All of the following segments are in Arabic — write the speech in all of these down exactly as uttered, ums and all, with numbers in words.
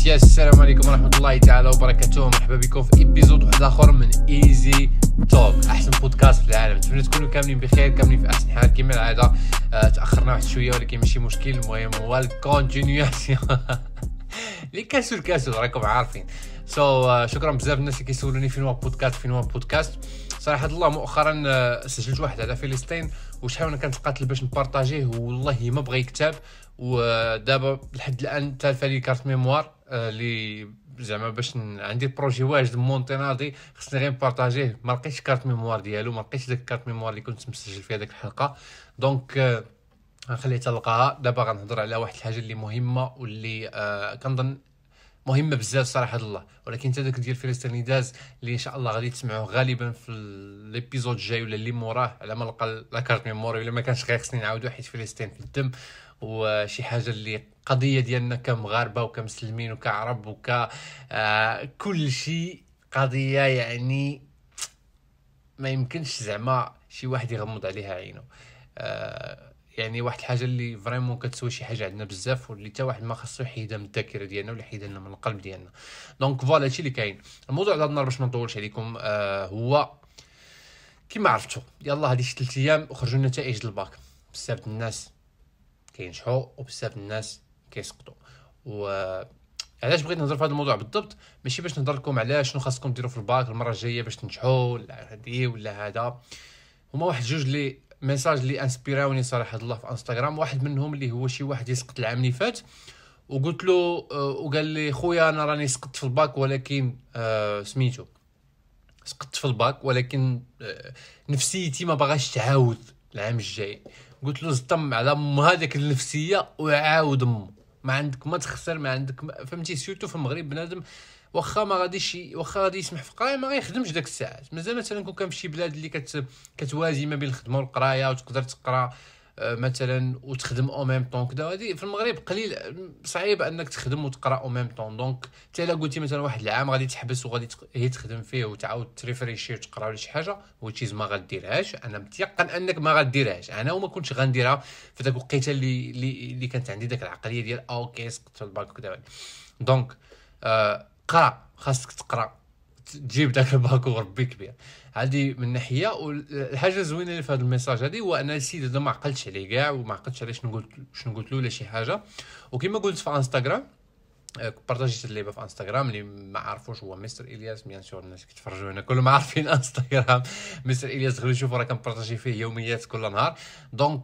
يا السلام عليكم ورحمة الله تعالى وبركاته. مرحبا بكم في ايبيزود واحد اخر من ايزي توك، احسن بودكاست في العالم. نتمنى تكونوا كاملين بخير، كاملين في احسن حال كما العاده. أه تاخرنا واحد شويه ولكن ماشي مشكل، المهم هو الكونتينياسيون اللي كاسو الكاسو راكم عارفين. سو so, uh, شكرا بزاف الناس اللي كيسولوني فين هو بودكاست فين هو بودكاست. صراحه الله مؤخرا uh, سجلت واحد على فلسطين وشحال انا كنت قاتل باش نبارطاجيه والله ما بغى يكتب، ودابا لحد الان تالفه لي كارت ميموار اللي uh, زعما باش ن... عندي بروجي واجد مونتيناضي خصني غير نبارطاجيه. ما لقيتش كارت ميموار ديالو، ما لقيتش داك الكارت ميموار اللي كنت مسجل فيها داك الحلقه. دونك uh, غنخليها تلقاها. دابا غنهضر على واحد الحاجه اللي مهمه واللي uh, كنظن مهمه بزاف صراحه الله، ولكن حتى داك ديال فلسطين داز اللي ان شاء الله غادي تسمعوه غالبا في ليبيزود الجاي ولا اللي موراه، على ما لقى لا كارت ميموري ولا ما كانش غير خصني نعاودو حيت فلسطين في الدم، وشي حاجه اللي قضيه ديالنا كمغاربه وكمسلمين وكعرب وك آه كل شيء قضيه يعني ما يمكنش زعما شي واحد يغمض عليها عينه. آه يعني واحد الحاجه اللي فريمون كتسوي شي حاجه عندنا بزاف واللي حتى واحد ما خصو يحيدها من الذاكره ديالنا ولا يحيدها لنا من القلب ديالنا. دونك فوالا هادشي اللي كاين. الموضوع ديال النهار باش ما نطولش عليكم آه هو كما عرفتوا يلا هادي شي ثلاث ايام وخرجوا نتائج الباك. بزاف الناس كينجحوا وبزاف الناس كيسقطوا. و علاش بغيت نهضر في هذا الموضوع بالضبط؟ ماشي باش نهضر لكم على شنو خاصكم ديروا في الباك المره الجايه باش تنجحوا ولا هادي ولا هذا. هما واحد جوج لي ميساج اللي انسبيراوني صراحه الله في انستغرام. واحد منهم اللي هو شي واحد يسقط العام اللي فات وقلت له وقال لي خويا انا راني سقطت في الباك ولكن آه سميتو سقطت في الباك ولكن آه نفسيتي ما باغاش تعاود العام الجاي. قلت له زطم على هذاك النفسيه وعاود امو، ما عندك ما تخسر، ما عندك ما فهمتي. سيرتو في المغرب بنادم واخا ما غاديش واخا غادي يسمح في القرايه ما غيخدمش داك الساعات. مازال مثلا كون كان في شي بلاد اللي كت كتوازي ما بين الخدمه والقرايه وتقدر تقرا آه مثلا وتخدم او ميم طون كدا. هادي في المغرب قليل صعيب انك تخدم وتقرا او ميم طون. دونك حتى الا قلتي مثلا واحد العام غادي تحبس وغادي هي تخدم فيه وتعاود تريفريشي وتقرا ولا شي حاجه وتشيز ما غديرهاش. انا متيقن انك ما غديرهاش، انا وما كنتش غنديرها في داك الوقيته اللي اللي, اللي كانت عندي داك العقليه ديال اوكي سقطت في الباك وكذا. دونك آه قرا، خاصك تقرا تجيب داك الباك وربي كبير. هذه من ناحيه. والحاجه الزوينه اللي في هذا الميساج هذه هو ان السيد هذا ما عقلتش عليه كاع وما عقلتش عليه شنو قلت شنو قلت له ولا شي حاجه. وكما قلت في انستغرام بارطاجيت اللعبه في انستغرام اللي ما عارفوش هو مستر الياس. بيان سور الناس كيتفرجوا هنا كلهم عارفين انستغرام مستر الياس، دخلوا شوفوا راه كنبارطاجي فيه يوميات كل نهار. دونك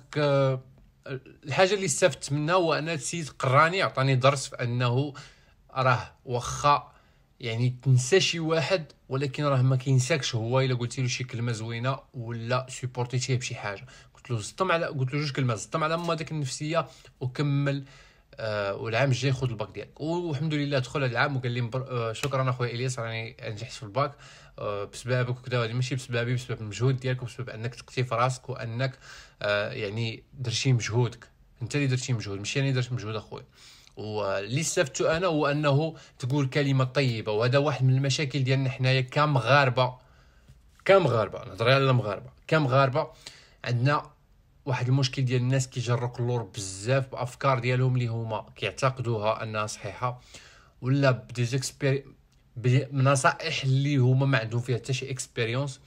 الحاجه اللي استفدت منها هو ان السيد قراني عطاني درس في انه راه واخا يعني تنسى شي واحد ولكن راه ما كينساكش هو الا قلتي له شي كلمه زوينه ولا سيبورتيتيه بشي حاجه. قلت له زطم على قلت له جوج كلمات زطم على ما داك النفسيه وكمل. آه والعام الجاي خذ الباك ديالك. والحمد لله دخل هذا العام وقال لي مبر... آه شكرا اخويا الياس راني نجحت في الباك آه بسببك وكذا. ماشي بسببي، بسبب المجهود ديالك وبسبب انك تقتي في راسك وانك آه يعني درتي مجهودك. انت اللي درتي مجهود ماشي انا اللي درت مجهود اخويا. واللي استفدته انا هو انه تقول كلمه طيبه، وهذا واحد من المشاكل ديالنا حنايا كمغاربه كمغاربه نهضر على المغاربه كمغاربه عندنا واحد المشكل ديال الناس كيجروا اللور بزاف بافكار ديالهم اللي هما كيعتقدوها انها صحيحه ولا بديزيكسبير بنصائح اللي هما ما عندهم فيها حتى شي اكسبيريونس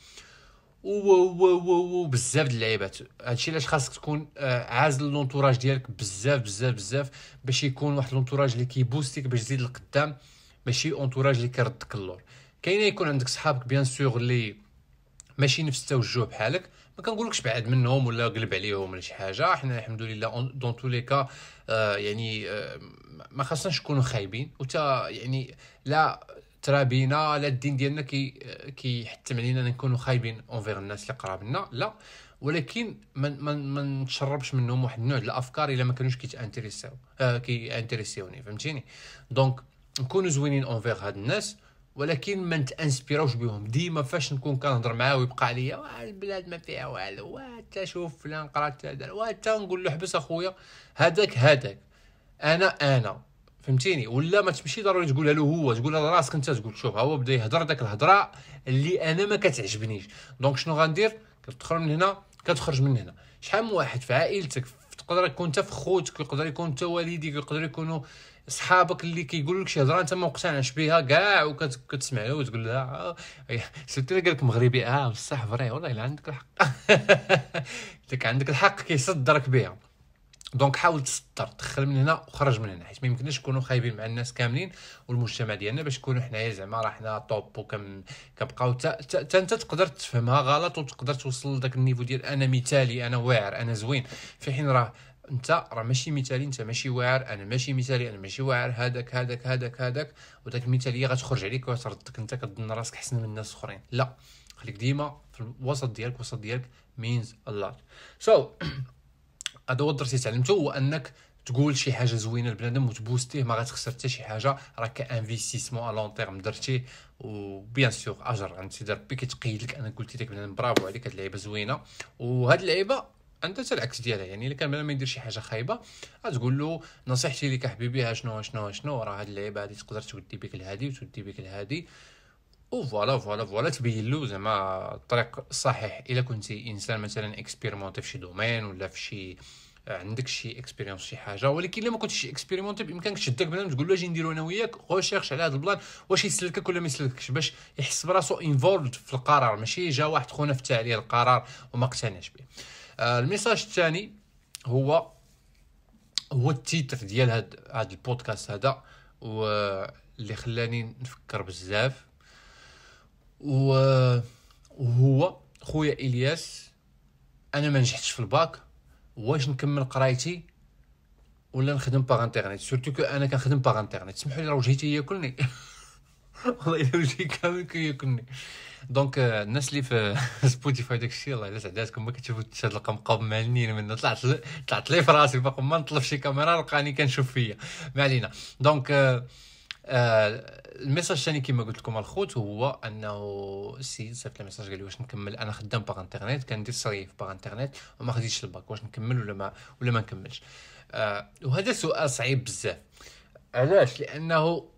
و بزاف د اللعيبات. هادشي علاش خاصك تكون عازل لونطوراج ديالك بزاف بزاف بزاف باش يكون واحد لونطوراج اللي كيبوستيك باش تزيد لقدام، ماشي اونطوراج اللي كيردك اللور. كاينه يكون عندك صحابك بيان سور اللي ماشي نفس التوجه بحالك، ما كنقولكش بعد منهم ولا قلب عليهم ولا شي حاجه. حنا الحمد لله دون تو لي كا آه يعني آه ما خاصناش نكونوا خايبين وتا يعني لا ترابينا لا الدين ديالنا كي كيحتم علينا نكونوا خايبين اونفير الناس اللي قراب لنا، لا. ولكن ما ما ما نتشربش منهم واحد النوع ديال الافكار الا ما كانوش كيتانتريسيو آه كيانتريسيوني فهمتيني. دونك نكونوا زوينين اونفير هاد الناس ولكن ما نتانسبيروش بهم. ديما فاش نكون كنهضر معاه ويبقى عليا البلاد ما فيها والو وانت شوف فلان قرات هذا وانت نقول له حبس اخويا هذاك هذاك انا انا فهمتيني. ولا ما تمشي ضروري تقولها له هو، تقولها لراسك انت، تقول شوف هو بدا يهضر داك الهضره اللي انا ما كتعجبنيش. دونك شنو غندير؟ كتدخل من هنا كتخرج من هنا. شحال من واحد في عائلتك في تقدر يكون انت في خوتك، يقدر يكون انت والديك، يقدر يكونوا صحابك اللي كيقولوا لك شي هضره انت ما مقتنعش بها كاع وكتسمع له وتقول لها سيرتو قال لك مغربي اه بصح فري والله الا عندك الحق داك عندك الحق كيصدرك بها. دونك حاول تصدر، دخل من هنا وخرج من هنا، حيت ما يمكنش نكونوا خايبين مع الناس كاملين والمجتمع ديالنا باش نكونوا حنايا زعما راه حنا طوب وكم كنبقاو حتى انت تقدر تفهمها غلط وتقدر توصل لذاك النيفو ديال انا مثالي انا واعر انا زوين، في حين راه انت راه ماشي مثالي، انت ماشي واعر، انا ماشي مثالي انا ماشي واعر، هذاك هذاك هذاك هذاك وداك المثاليه غتخرج عليك وتردك انت كتظن راسك احسن من الناس الاخرين. لا، خليك ديما في الوسط ديالك، الوسط ديالك means a lot. so هذا هو الدرس اللي تعلمته، هو انك تقول شي حاجه زوينه لبنادم وتبوستيه، ما غتخسر حتى شي حاجه، راه كانفيستيسمون ا لون تيرم درتيه، وبيان سور اجر عند سيدي ربي كيتقيد لك. انا قلت لك بنادم برافو عليك، هاد اللعيبه زوينه، وهاد اللعيبه عندها حتى العكس ديالها. يعني الا كان بنادم ما يدير شي حاجه خايبه غتقول له نصيحتي لك حبيبي ها شنو شنو شنو، راه هاد اللعيبه هادي تقدر تودي بك لهادي وتودي بك لهادي، وفوالا فوالا فوالا تبين له زعما الطريق الصحيح. الا كنتي انسان مثلا اكسبيريمونتي في شي دومين ولا في شي عندك شي اكسبيريونس شي حاجه، ولكن الا ما كنتش اكسبيريمونتي بامكانك تشدك بنادم تقول له اجي نديرو انا وياك، ريشيرش على هذا البلان واش يسلكك ولا ما يسلككش، باش يحس براسو انفولد في القرار، ماشي جا واحد خونا فتح عليه القرار وما اقتنعش به. آه الميساج الثاني هو هو التيتر ديال هاد هاد البودكاست هذا، واللي خلاني نفكر بزاف، وهو خويا الياس انا ما نجحتش في الباك، واش نكمل قرايتي ولا نخدم باغ انترنيت؟ سورتو كو انا كنخدم باغ انترنيت، سمحوا لي راه وجهي ياكلني والله الا وجهي كامل كياكلني. دونك الناس اللي في سبوتيفاي داكشي الله الا سعداتكم، ما كتشوفوا هاد القمقام معلنين منه، طلعت طلعت لي في راسي باقي ما نطلب شي كاميرا لقاني كنشوف فيا، ما علينا. دونك آه آه الميساج الثاني كما قلت لكم الخوت هو انه السيد صيفط لي ميساج قال لي واش نكمل، انا خدام باغ انترنيت كندير صريف باغ انترنيت وما خديتش الباك، واش نكمل ولا ما ولا ما نكملش؟ آه وهذا سؤال صعيب بزاف. علاش؟ لانه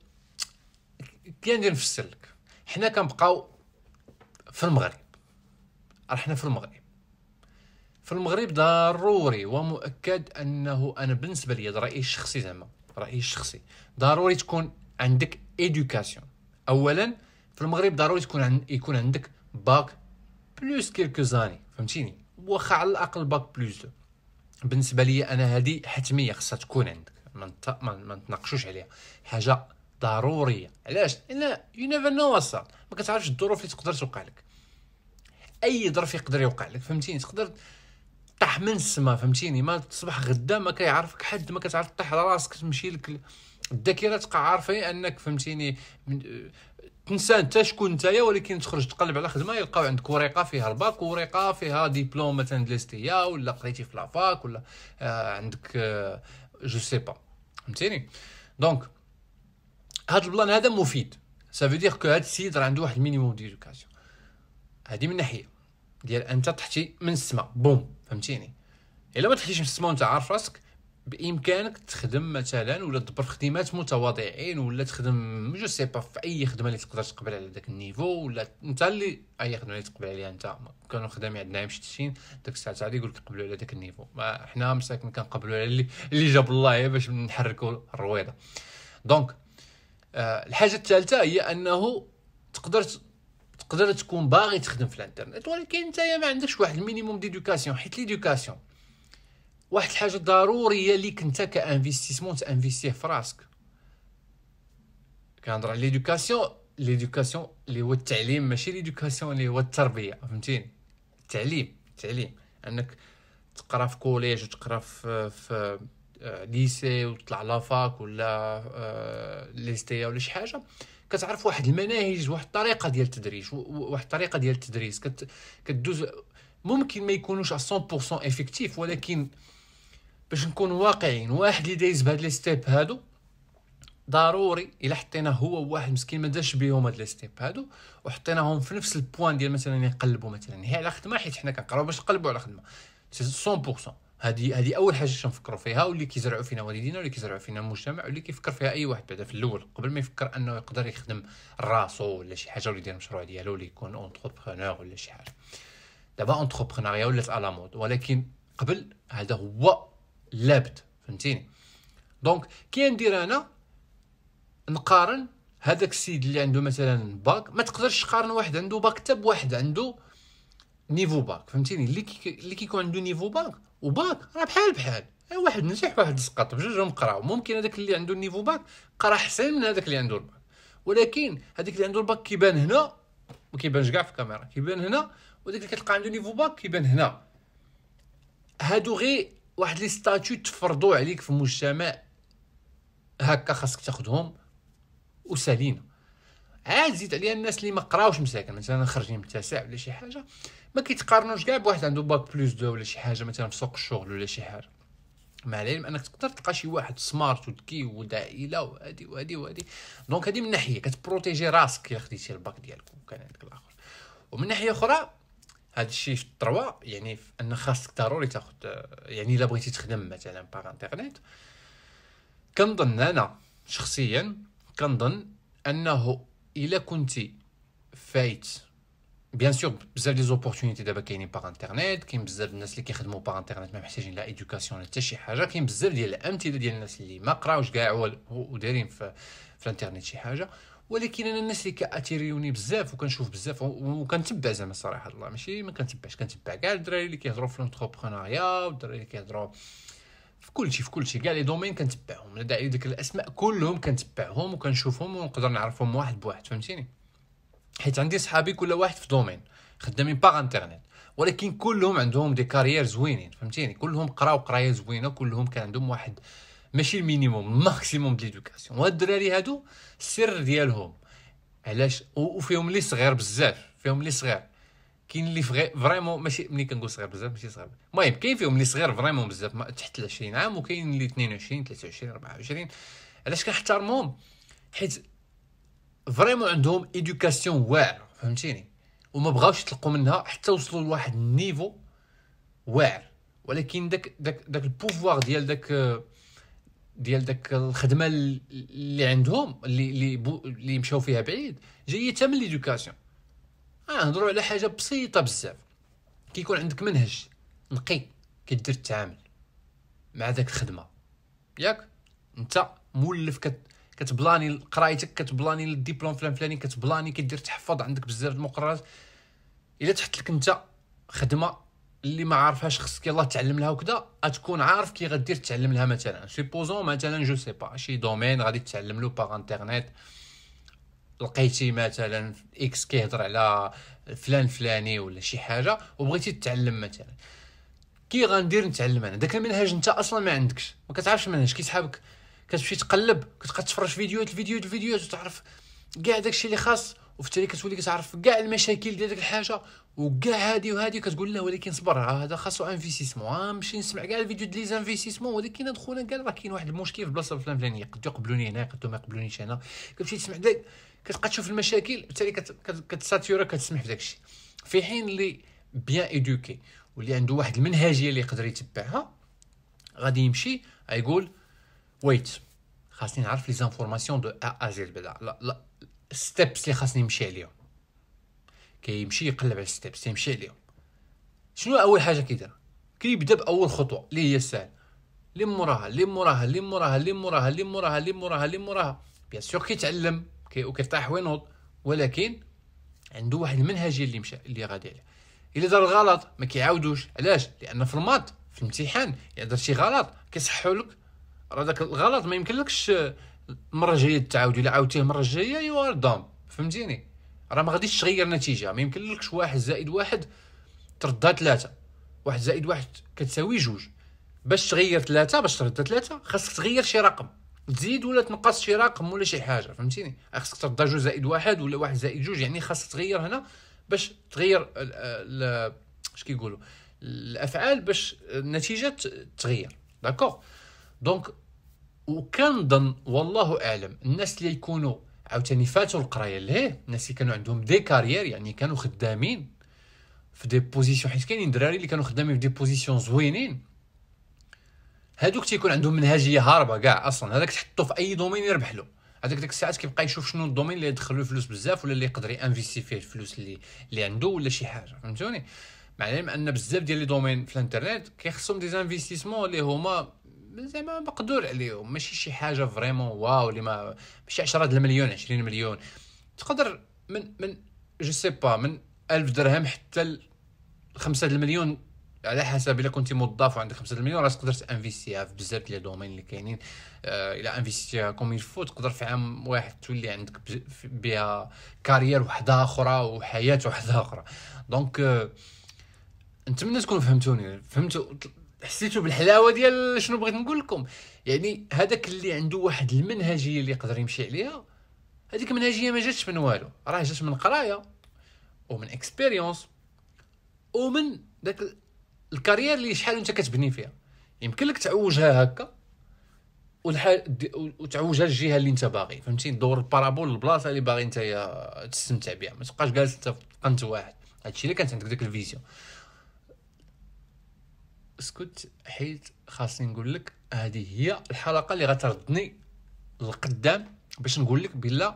كندير نفسر لك، حنا كنبقاو في المغرب، راه حنا في المغرب في المغرب ضروري ومؤكد انه انا بالنسبه لي رايي الشخصي، زعما رايي الشخصي ضروري تكون عندك ايدوكاسيون. اولا في المغرب ضروري تكون عن... يكون عندك باك بلوس كيلكو زاني، فهمتيني، واخا على الاقل باك بلوس دو. بالنسبه لي انا هذه حتميه خصها تكون عندك، ما منت... ما نتناقشوش عليها، حاجه ضروريه. علاش؟ لان يو نيفر نو اصلا ما كتعرفش الظروف اللي تقدر توقع لك، اي ظرف يقدر يوقع لك، فهمتيني، تقدر طاح من السما، فهمتيني، ما تصبح غدا ما كيعرفك حد، ما كتعرف طيح على راسك تمشي لك الذاكره تبقى عارفه انك فهمتيني تنسى انت شكون نتايا، ولكن تخرج تقلب على خدمه يلقاو عندك ورقه فيها الباك، ورقه فيها ديبلوم مثلا دليستيا ولا قريتي في لافاك ولا آه عندك آه جو سي با، فهمتيني. دونك هذا البلان هذا مفيد، سافو دير كو هذا السيد راه عنده واحد المينيموم ديدوكاسيون، هذه من ناحيه ديال انت طحتي من السما بوم، فهمتيني. الا ما طحتيش من السما وانت عارف راسك بامكانك تخدم مثلا ولا تدبر في خدمات متواضعين ولا تخدم جو سي با في اي خدمه اللي تقدر تقبل على داك النيفو، ولا انت اللي اي خدمه اللي تقبل عليها انت. كانوا خدامين عندنا مشتتين داك الساعه هذه يقول لك قبلوا على داك النيفو، ما حنا مساكن كنقبلوا على اللي اللي جاب الله باش نحركوا الرويضه. دونك آه الحاجه الثالثه هي انه تقدر تقدر تكون باغي تخدم في الانترنت، ولكن انت ما عندكش واحد المينيموم ديدوكاسيون، حيت ليدوكاسيون واحد الحاجه ضروريه ليك انت كانفيستيسمون تانفيستيه في راسك. كنهضر على ليدوكاسيون، ليدوكاسيون اللي هو التعليم، ماشي ليدوكاسيون اللي هو التربيه، فهمتيني. التعليم التعليم انك تقرا في كوليج وتقرا في في ليسي وتطلع لافاك ولا ليستيا ولا شي حاجه، كتعرف واحد المناهج، واحد الطريقه ديال التدريس، واحد الطريقه ديال التدريس كت... كدوز. ممكن ما يكونوش مية بالمية افكتيف، ولكن باش نكون واقعيين، واحد اللي دايز بهاد لي ستيب هادو ضروري الا حطيناه هو واحد مسكين ما داش بهم هاد لي ستيب هادو وحطيناهم في نفس البوان ديال مثلا يقلبوا مثلا هي على خدمه، حيت حنا كنقراو باش نقلبوا على خدمه مية بالمية. هذه هذه اول حاجه نفكروا فيها، واللي كيزرعوا فينا والدينا واللي كيزرعوا فينا المجتمع واللي كيفكر فيها اي واحد بعدا في الاول قبل ما يفكر انه يقدر يخدم راسو ولا شي حاجه ولا يدير مشروع ديالو ولا يكون اونتربرونور ولا شي حاجه. دابا اونتربرونيا ولات على مود، ولكن قبل هذا هو لابد، فهمتيني؟ دونك كي ندير انا نقارن هذاك السيد اللي عنده مثلا باك، ما تقدرش تقارن واحد عنده باك حتى بواحد عنده نيفو باك، فهمتيني؟ اللي كي اللي كيكون عنده نيفو باك وباك راه بحال بحال، واحد نجح واحد سقط، بجوجهم قراو. ممكن هذاك اللي عنده النيفو باك قرا احسن من هذاك اللي عنده الباك، ولكن هذاك اللي عنده الباك كيبان هنا ما كيبانش كاع في الكاميرا، كيبان هنا، وداك اللي كتلقى عنده نيفو باك كيبان هنا. هادو غير واحد لي ستاتيو تفرضوا عليك في المجتمع، هكا خاصك تاخذهم وسالينا. عاد زيد عليها الناس اللي ما قراوش مساكن، مثلا خارجين من التاسع ولا شي حاجه، ما كيتقارنوش كاع بواحد عنده باك بلس دو ولا شي حاجه مثلا في سوق الشغل ولا شي حاجه، مع العلم انك تقدر تلقى شي واحد سمارت وذكي وعائله وهادي وهادي وهادي. دونك هادي من ناحيه كتبروتيجي راسك الا خديتي الباك ديالك وكان عندك الاخر. ومن ناحيه اخرى هذا الشيء في التروا، يعني في ان خاصك ضروري تاخذ، يعني الا بغيتي تخدم مثلا باغ انترنيت، كنظن انا شخصيا كنظن انه الا كنتي فايت بيان سور بزاف لي زوبورتونيتي دابا كاينين باغ انترنيت، كاين بزاف الناس اللي كيخدموا باغ انترنيت ما محتاجين لا ايدوكاسيون حتى شي حاجه، كاين بزاف ديال الامثله ديال الناس اللي ما قراوش كاع ودايرين في في الانترنت شي حاجه. ولكن انا الناس اللي كاتيريوني بزاف وكنشوف بزاف وكنتبع زعما الصراحه الله ماشي ما كنتبعش، كنتبع كاع الدراري اللي كيهضروا في الانتربرونيا والدراري اللي كيهضروا في كلشي في كلشي كاع لي دومين كنتبعهم، لا داعي لذكر الاسماء كلهم كنتبعهم وكنشوفهم ونقدر نعرفهم واحد بواحد، فهمتيني؟ حيت عندي صحابي كل واحد في دومين خدامين باغ انترنت، ولكن كلهم عندهم دي كارير زوينين، فهمتيني؟ كلهم قراو قرايه زوينه، كلهم كان عندهم واحد ماشي المينيموم الماكسيموم ديال ليدوكاسيون. وهاد الدراري هادو السر ديالهم علاش، وفيهم اللي صغير بزاف، فيهم اللي صغير، كاين اللي فريمون ماشي ملي كنقول صغير بزاف ماشي صغير، المهم كاين فيهم اللي صغير فريمون بزاف تحت عشرين عام، وكاين اللي اثنين وعشرين ثلاثة وعشرين أربعة وعشرين. علاش كنحترمهم؟ حيت فريمون عندهم ايدوكاسيون واعره، فهمتيني؟ وما بغاوش يطلقوا منها حتى وصلوا لواحد النيفو واعر. ولكن داك داك داك البوفوار ديال داك ديال داك الخدمه اللي عندهم اللي اللي, اللي مشاو فيها بعيد جايه حتى من ليدوكاسيون. اه نهضروا على حاجه بسيطه بزاف، كيكون عندك منهج نقي كدير التعامل مع داك الخدمه ياك، انت مولف كت كتبلاني قرايتك، كتبلاني الدبلوم فلان فلاني، كتبلاني كدير تحفظ، عندك بزاف د المقررات. الا تحط لك انت خدمه اللي ما عارفهاش خصك يلاه تعلم لها وكذا، غتكون عارف كي غدير تعلم لها. مثلا سيبوزون مثلا جو سي با شي دومين غادي تتعلم له باغ انترنيت، لقيتي مثلا اكس كيهضر على فلان فلاني ولا شي حاجه وبغيتي تتعلم مثلا، كي غندير نتعلم انا داك المنهج؟ انت اصلا ما عندكش، ما كتعرفش المنهج، كيسحابك كتمشي تقلب كتبقى تفرج فيديوهات الفيديوهات الفيديوهات وتعرف كاع داكشي اللي خاص، وفي التالي كتولي كتعرف كاع المشاكل ديال ديك الحاجه وكاع هادي وهادي، كتقول لا ولكن صبر هذا خاصو انفيستيسمون، غنمشي نسمع كاع الفيديو ديال لي زانفيستيسمون، ولكن هاد خونا قال راه كاين واحد المشكل في بلاصه فلان فلانيه، قدو يقبلوني هنا قدو ما يقبلونيش هنا، كتمشي تسمع داك كتبقى تشوف المشاكل، بالتالي كتساتيورا كتسمح في داكشي. في حين اللي بيان ايدوكي واللي عنده واحد المنهجيه اللي يقدر يتبعها غادي يمشي يقول ويت خاصني نعرف لي زانفورماسيون دو ا ا زد بعدا لا لا ستيبس اللي خاصني نمشي عليهم، كيمشي يقلب على ستيبس يمشي عليهم. شنو اول حاجه كيدير؟ كيبدا باول خطوه اللي هي السهل، اللي موراها اللي موراها اللي موراها اللي موراها اللي موراها اللي موراها اللي موراها بيان سور كيتعلم كي وكيطيح وينوض، ولكن عنده واحد المنهجيه اللي مشى اللي غادي عليه. الا دار غلط ما كيعاودوش، علاش؟ لان في المات في الامتحان الا درتي شي غلط كيصححوا لك، راه داك الغلط ما يمكنلكش المره الجايه تعاود، الا عاودتيه المره الجايه يو ار دام، فهمتيني؟ راه ما غاديش تغير النتيجه، ما يمكنلكش واحد زائد واحد تردها ثلاثة، واحد زائد واحد كتساوي جوج، باش تغير ثلاثة باش تردها ثلاثة خاصك تغير شي رقم، تزيد ولا تنقص شي رقم ولا شي حاجه، فهمتيني؟ خاصك تردها جوج زائد واحد ولا واحد زائد جوج، يعني خاصك تغير هنا باش تغير اش كيقولوا الافعال باش النتيجه تغير، داكوغ؟ دونك وكنظن والله اعلم الناس اللي يكونوا عاوتاني فاتوا القرايه لهيه، الناس اللي كانوا عندهم دي كارير يعني كانوا خدامين في دي بوزيسيون، حيت كاينين دراري اللي كانوا خدامين في دي بوزيسيون زوينين، هادوك تيكون عندهم منهجيه هاربه كاع اصلا، هذاك تحطو في اي دومين يربح له، هذاك ديك الساعات كيبقى يشوف شنو الدومين اللي يدخل له فلوس بزاف ولا اللي يقدر ينفيستي فيه الفلوس اللي اللي عنده ولا شي حاجه، فهمتوني؟ مع العلم ان بزاف ديال لي دومين في الانترنت كيخصهم دي انفيستيسمون اللي هما زعما مقدور عليهم، ماشي شي حاجه فريمون واو اللي ما ماشي عشرة المليون عشرين مليون. تقدر من من جو سي با من ألف درهم حتى ل خمسة المليون على حسب. الا كنتي موظف وعندك خمسة المليون راه تقدر تانفيستيها في بزاف ديال الدومين اللي كاينين. آه الى انفيستيها كوم يلفو تقدر في عام واحد تولي عندك بها كارير وحده اخرى وحياه وحده اخرى. دونك آه نتمنى تكونوا فهمتوني، فهمتوا حسيتوا بالحلاوه ديال شنو بغيت نقول لكم. يعني هذاك اللي عنده واحد المنهجيه اللي يقدر يمشي عليها، هذيك المنهجيه ما جاتش من والو، راه جات من قرايه ومن اكسبيريونس ومن داك الكارير اللي شحال انت كتبني فيها. يمكن لك تعوجها هكا والحال وتعوجها للجهه اللي انت باغي، فهمتي، دور البارابول للبلاصه اللي باغي انت تستمتع بها، ما تبقاش جالس انت في قنت واحد. هادشي اللي كانت عندك ديك الفيزيون. اسكت حيت خاصني نقول لك هذه هي الحلقه اللي غتردني للقدام باش نقول لك بلا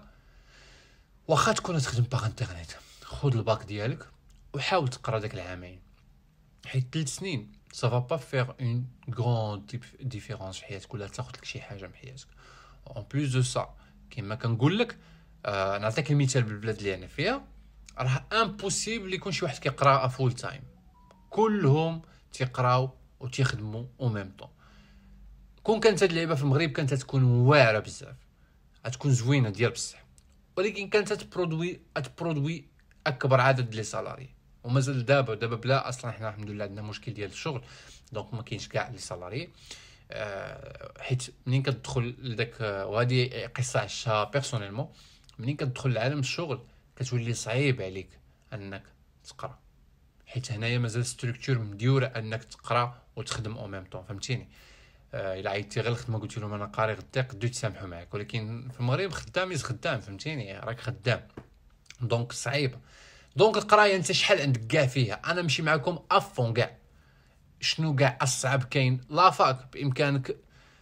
واخا تكون تخدم باغ انترنيت، خذ الباك ديالك وحاول تقرا داك العامين، حيت ثلاث سنين ça va pas faire une grande différence في حياتك ولا تاخذ لك شي حاجه من حياتك. اون بليس دو سا كما كنقول لك، آه نعطيك المثال بالبلاد اللي انا فيها، راه امبوسيبل يكون شي واحد كيقرا فول تايم، كلهم تيقراو وتيخدموا او ميم طون. كون كانت هاد اللعيبه في المغرب كانت تكون واعره بزاف، غتكون زوينه ديال بصح، ولكن كانت تبرودوي تبرودوي اكبر عدد لي سالاري. ومازال دابا دابا بلا اصلا حنا الحمد لله عندنا مشكل ديال الشغل، دونك ما كاينش كاع لي سالاري. أه حيت منين كتدخل لداك، وهذه قصه عشتها بيرسونيلمون، منين كتدخل لعالم الشغل كتولي صعيب عليك انك تقرا، حيت هنايا مازال ستركتور مديوره انك تقرا وتخدم او ميم طون، فهمتيني. آه الا عيطتي غير الخدمه قلت لهم انا قاري غدا قدو يتسامحوا معاك، ولكن في المغرب خدام يز خدام، فهمتيني، راك خدام، دونك صعيبه. دونك القرايه انت شحال عندك كاع فيها، انا نمشي معكم افون كاع شنو كاع الصعب كاين. لافاك بامكانك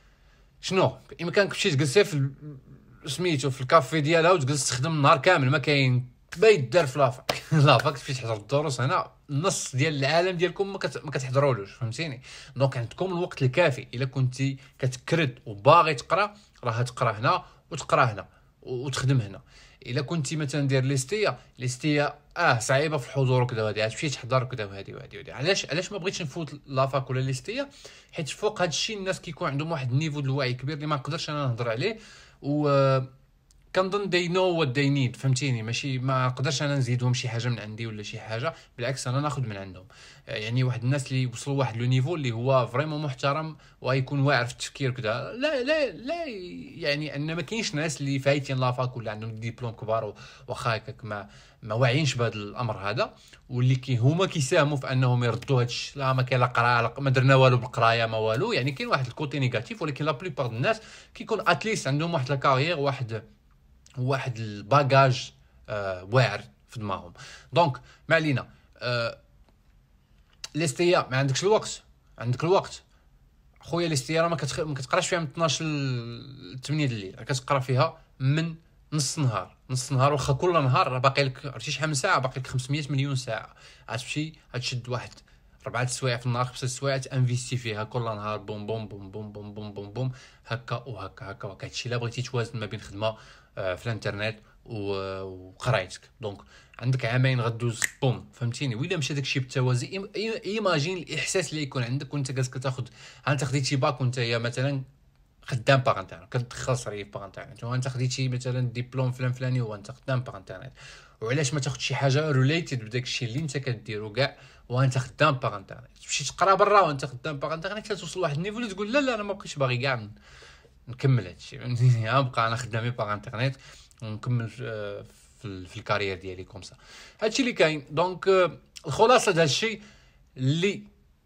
شنو بامكانك تمشي تجلسي في سميتو في الكافي ديالها وتجلس تخدم النهار كامل، ما كاين ما يدار في لافاك. لافاك تمشي تحضر الدروس، هنا النص ديال العالم ديالكم ما كتحضرولوش، فهمتيني. دونك عندكم الوقت الكافي. الا كنتي كتكرد وباغي تقرا راه تقرا هنا وتقرا هنا وتخدم هنا. الا كنتي مثلا دير ليستيا ليستيا اه صعيبه في الحضور وكذا، هادي تمشي تحضر وكذا، وهادي وهادي وهادي. علاش علاش ما بغيتش نفوت لافاك ولا ليستيا؟ حيت فوق هذا الشيء الناس كيكون عندهم واحد النيفو ديال الوعي كبير اللي ما نقدرش انا نهضر عليه، و كنظن they know what they need، فهمتيني. ماشي ما نقدرش انا نزيدهم شي حاجه من عندي ولا شي حاجه، بالعكس انا ناخذ من عندهم. يعني واحد الناس اللي وصلوا واحد لو نيفو اللي هو فريمون محترم ويكون واعر في التفكير كذا، لا لا لا يعني ان ما كاينش ناس اللي فايتين لافاك ولا عندهم ديبلوم كبار واخا هكاك ما ما واعيينش بهذا الامر هذا، واللي كي هما كيساهموا في انهم يردوا هذا الشيء. لا ما كاين لا قراءه، ما درنا والو بالقرايه، ما والو. يعني كاين واحد الكوتي نيجاتيف، ولكن لا بليبار الناس كيكون اتليست عندهم واحد الكارير، واحد واحد الباجاج آه واعر في دماغهم. دونك ما علينا. آه ليستيا ما عندكش الوقت، عندك الوقت خويا. ليستيا ما كتخ... ما كتقراش فيها من اثناش ل ثمانية د الليل، كتقرا فيها من نص نهار نص نهار واخا كل نهار راه باقي لك عرفتي شحال من ساعه، باقي لك خمسمية مليون ساعه. غتمشي غتشد واحد ربعة السوايع في النهار، خمسة السوايع تانفيستي فيها كل نهار، بوم بوم بوم بوم بوم بوم بوم بوم هكا وهكا هكا وهكا. هادشي الا بغيتي توازن ما بين خدمه في الانترنت وقرايتك. دونك عندك عامين غدوز بوم، فهمتيني. وإلا مشى داكشي بالتوازي، ايماجين الاحساس اللي يكون عندك وانت جالس كتاخذ، انت خديتي باك وانت يا مثلا خدام باغ انترنت كتدخل صريف باغ انترنت، وانت خديتي مثلا ديبلوم فلان فلاني وانت خدام باغ انترنت. وعلاش ما تاخذ شي حاجه ريليتد بداك الشيء اللي انت كديرو كاع وانت خدام باغ انترنت، تمشي تقرا برا وانت خدام باغ انترنت، توصل لواحد النيفو اللي تقول لا لا انا ما بقيتش باغي كاع نكمل هادشي، فهمتيني. غنبقى انا خدامي باغ انترنت ونكمل في, في الكارير ديالي كومسا. هادشي اللي كاين. دونك الخلاصه د هادشي اللي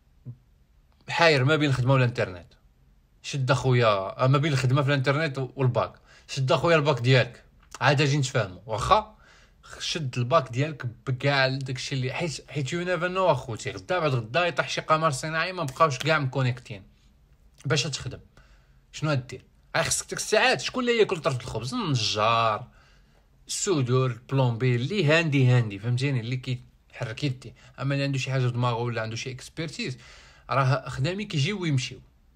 حاير ما بين الخدمه والانترنت، شد اخويا ما بين الخدمه في الانترنت والباك، شد اخويا الباك ديالك عاد اجي نتفاهموا. واخا شد الباك ديالك بكاع داكشي اللي حيت حيت يو نيفر نو اخوتي، غدا بعد غدا يطيح شي قمر صناعي ما بقاوش كاع مكونيكتين باش تخدم. شنو غدير؟ خصك ديك الساعات شكون اللي ياكل طرف الخبز؟ النجار، السودور، البلومبي اللي هاندي هاندي، فهمتيني، اللي كيحرك يدي. اما اللي عنده شي حاجه في دماغه ولا عنده شي اكسبيرتيز راه خدامي كيجيو ويمشيو.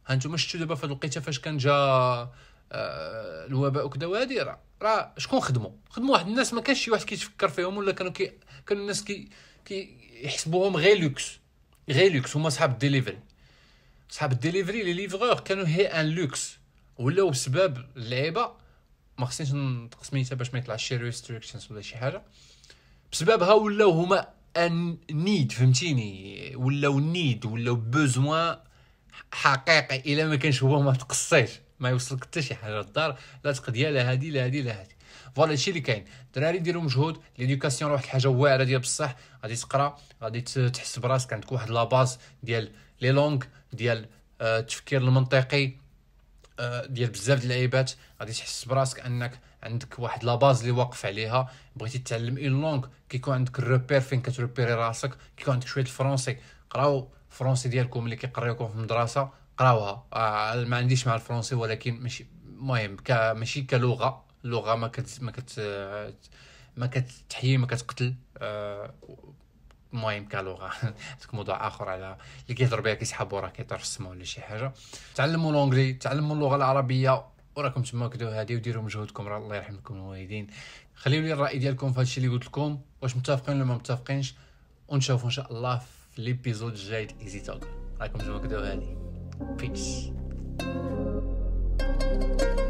هانتوما شفتوا دابا في هاد الوقيته فاش كان جا آه الوباء وكذا وهادي، راه راه شكون خدموا خدموا واحد الناس ما كانش شي واحد كيتفكر فيهم، ولا كانوا كي كانوا الناس كي كيحسبوهم غير لوكس غير لوكس هما صحاب الديليفري. صحاب الديليفري لي ليفغور كانوا هي ان لوكس، ولاو بسبب اللعيبه. ما خصنيش نطق سميتها باش ما يطلعش شي ريستريكشنز ولا شي حاجه، بسببها ولاو هما ان نيد، فهمتيني؟ ولاو نيد، ولاو بوزوان حقيقي. الا ما كانش هو ما تقصيش، ما يوصلك حتى شي حاجه للدار، لا تقضيها لا هادي لا هادي لا هادي. فوالا هادشي اللي كاين. الدراري ديروا مجهود، ليدوكاسيون راه واحد الحاجه واعره ديال بصح. غادي تقرا، غادي تحس براسك عندك واحد لاباز ديال لي لونغ، ديال التفكير المنطقي، ديال بزاف ديال اللعيبات. غادي تحس براسك انك عندك واحد لاباز اللي واقف عليها. بغيتي تتعلم اون لونغ، كيكون عندك الروبير فين كتروبيري راسك. كيكون عندك شويه الفرونسي، قراو الفرونسي ديالكم اللي كيقريوكم في المدرسه، قراوها. آه ما عنديش مع الفرونسي، ولكن ماشي المهم ك ماشي كلغه. اللغه ما كت ما كت ما كتحيي ما كتقتل. آه المهم كلغه هذاك موضوع اخر على اللي كيهضر بها كيسحبوا راه كيطير في السما ولا شي حاجه. تعلموا لونغلي، تعلموا اللغه العربيه، وراكم تما كدو هادي، وديروا مجهودكم. راه الله يرحم لكم الوالدين. خليوا لي الراي ديالكم في هادشي اللي قلت لكم، واش متفقين ولا ما متفقينش. ونشوفوا ان شاء الله في ليبيزود الجاي د ايزي توك. راكم تما كدو هادي. بيس.